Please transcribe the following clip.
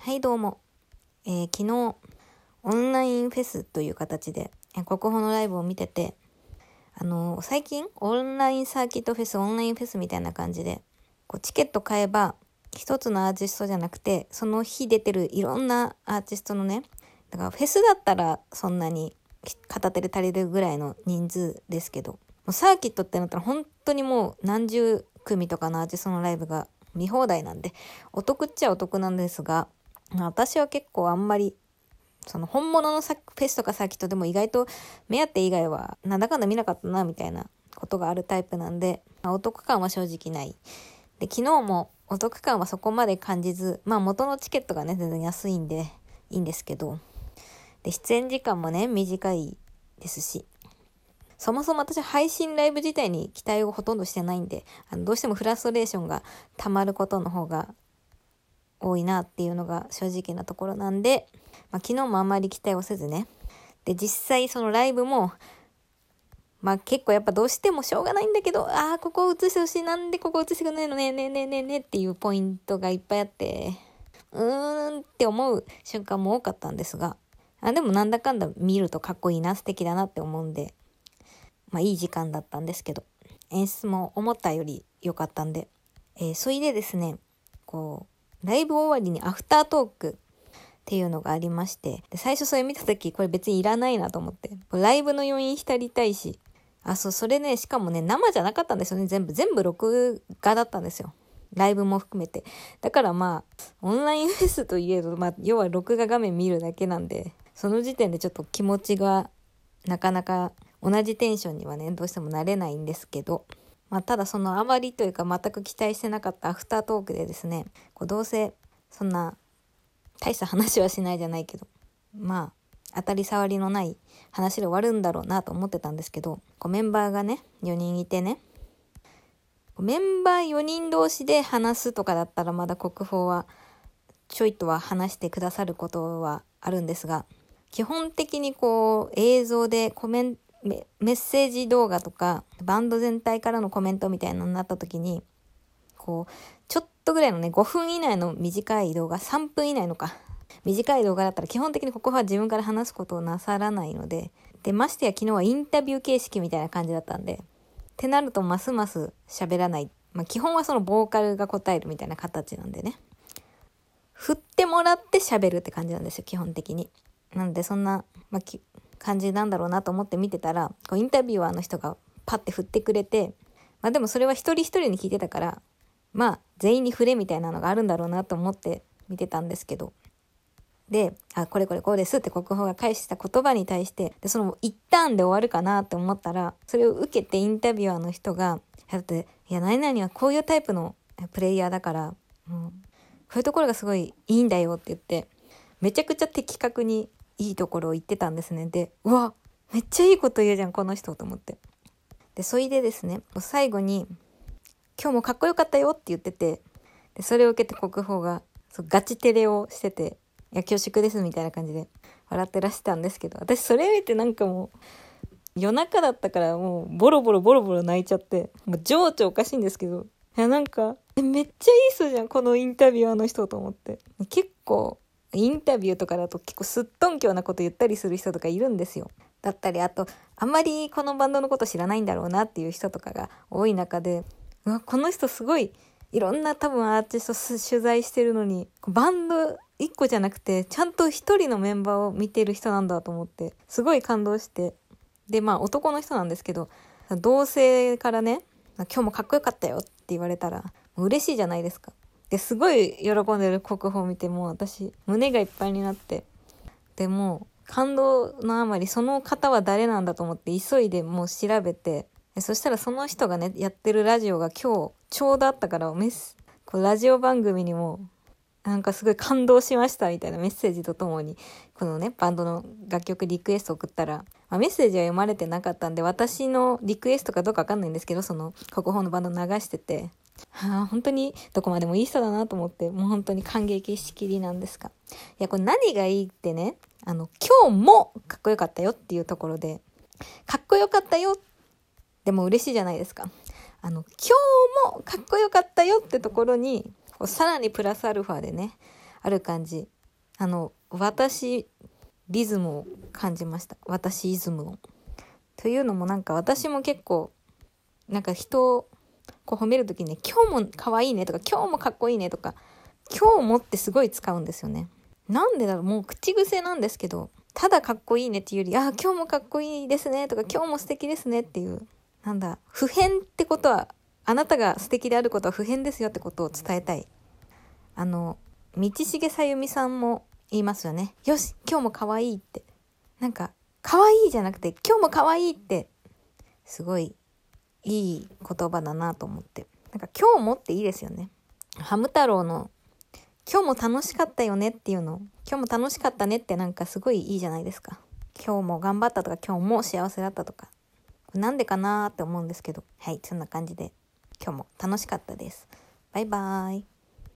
はいどうも、昨日オンラインフェスという形で国宝のライブを見てて、最近オンラインサーキットフェス、オンラインフェスみたいな感じでチケット買えば一つのアーティストじゃなくて、その日出てるいろんなアーティストのね、だからフェスだったらそんなに片手で足りるぐらいの人数ですけど、もうサーキットってなったら本当にもう何十組とかのアーティストのライブが見放題なんで、お得っちゃお得なんですが、私は結構あんまりその本物のフェスとかサーキットでも意外と目当て以外はなんだかんだ見なかったなみたいなことがあるタイプなんで、お得感は正直ない。で、昨日もお得感はそこまで感じず、元のチケットがね全然安いんでいいんですけど、で出演時間もね短いですし、そもそも私配信ライブ自体に期待をほとんどしてないんで、どうしてもフラストレーションが溜まることの方が多いなっていうのが正直なところなんで、昨日もあんまり期待をせずね。で、実際そのライブも結構やっぱどうしてもしょうがないんだけど、ここ映してほしい、なんでここ映してくんないのねねっていうポイントがいっぱいあって、って思う瞬間も多かったんですが、でもなんだかんだ見るとかっこいいな、素敵だなって思うんで、いい時間だったんですけど、演出も思ったより良かったんで、それでですね、ライブ終わりにアフタートークっていうのがありまして、で最初それ見たときこれ別にいらないなと思って、ライブの余韻浸りたいし、それね、しかもね生じゃなかったんですよね。全部録画だったんですよ、ライブも含めて。だからオンラインフェスといえど、要は録画画面見るだけなんで、その時点でちょっと気持ちがなかなか同じテンションにはねどうしてもなれないんですけど、ただそのあまりというか全く期待してなかったアフタートークでですね、どうせそんな大した話はしないじゃないけど、当たり障りのない話で終わるんだろうなと思ってたんですけど、メンバーがね4人いてね、メンバー4人同士で話すとかだったらまだ国宝はちょいとは話してくださることはあるんですが、基本的に映像でメッセージ動画とかバンド全体からのコメントみたいなのになった時に、ちょっとぐらいのね5分以内の短い動画、3分以内の短い動画だったら基本的にここは自分から話すことをなさらないので、ましてや昨日はインタビュー形式みたいな感じだったんで、ってなるとますます喋らない。基本はそのボーカルが答えるみたいな形なんでね、振ってもらって喋るって感じなんですよ基本的に。なのでそんな、感じなんだろうなと思って見てたら、インタビュアーの人がパッて振ってくれて、でもそれは一人一人に聞いてたから、全員に触れみたいなのがあるんだろうなと思って見てたんですけど、で、これこうですって国宝が返した言葉に対して、でその一旦で終わるかなと思ったら、それを受けてインタビュアーの人が、何々はこういうタイプのプレイヤーだから、こういうところがすごいいいんだよって言って、めちゃくちゃ的確にいいところを言ってたんですね。で、うわ、めっちゃいいこと言うじゃんこの人と思って。で、それでですね、最後に今日もかっこよかったよって言ってて、でそれを受けて国宝がガチテレをしてて、いや恐縮ですみたいな感じで笑ってらしたんですけど、私それ見てもう夜中だったからもうボロボロ泣いちゃって、もう情緒おかしいんですけど、めっちゃいい人じゃんこのインタビュアーの人と思って。結構インタビューとかだと結構すっとんきょうなこと言ったりする人とかいるんですよ。だったり、あとあんまりこのバンドのこと知らないんだろうなっていう人とかが多い中で、この人すごいいろんな多分アーティスト取材してるのに、バンド一個じゃなくてちゃんと一人のメンバーを見てる人なんだと思って、すごい感動して。で男の人なんですけど、同性からね今日もかっこよかったよって言われたら嬉しいじゃないですか。ですごい喜んでる国宝を見て、もう私胸がいっぱいになって、でも感動のあまりその方は誰なんだと思って急いでもう調べて、そしたらその人がねやってるラジオが今日ちょうどあったから、ラジオ番組にもすごい感動しましたみたいなメッセージとともにこのねバンドの楽曲リクエスト送ったら、メッセージは読まれてなかったんで私のリクエストかどうかわかんないんですけど、その国宝のバンド流してて、本当にどこまでもいい人だなと思って、もう本当に感激しきりなんですが、これ何がいいってね、今日もかっこよかったよっていうところで、かっこよかったよでも嬉しいじゃないですか。今日もかっこよかったよってところにさらにプラスアルファでね、 ある感じ。私リズムを感じました。私イズムを。というのもなんか私も結構なんか人をこう褒めるときに、今日も可愛いねとか、今日もかっこいいねとか、今日もってすごい使うんですよね。なんでだろう、もう口癖なんですけど、ただかっこいいねっていうより、今日もかっこいいですねとか、今日も素敵ですねっていう、普遍ってことは、あなたが素敵であることは普遍ですよってことを伝えたい。道重さゆみさんも言いますよね。よし、今日も可愛いって。なんか、可愛いじゃなくて、今日も可愛いって、すごいいい言葉だなと思って。なんか今日もっていいですよね。ハム太郎の今日も楽しかったよねっていうの、今日も楽しかったねってなんかすごいいいじゃないですか。今日も頑張ったとか、今日も幸せだったとか。なんでかなーって思うんですけど。はい、そんな感じで今日も楽しかったです。バイバーイ。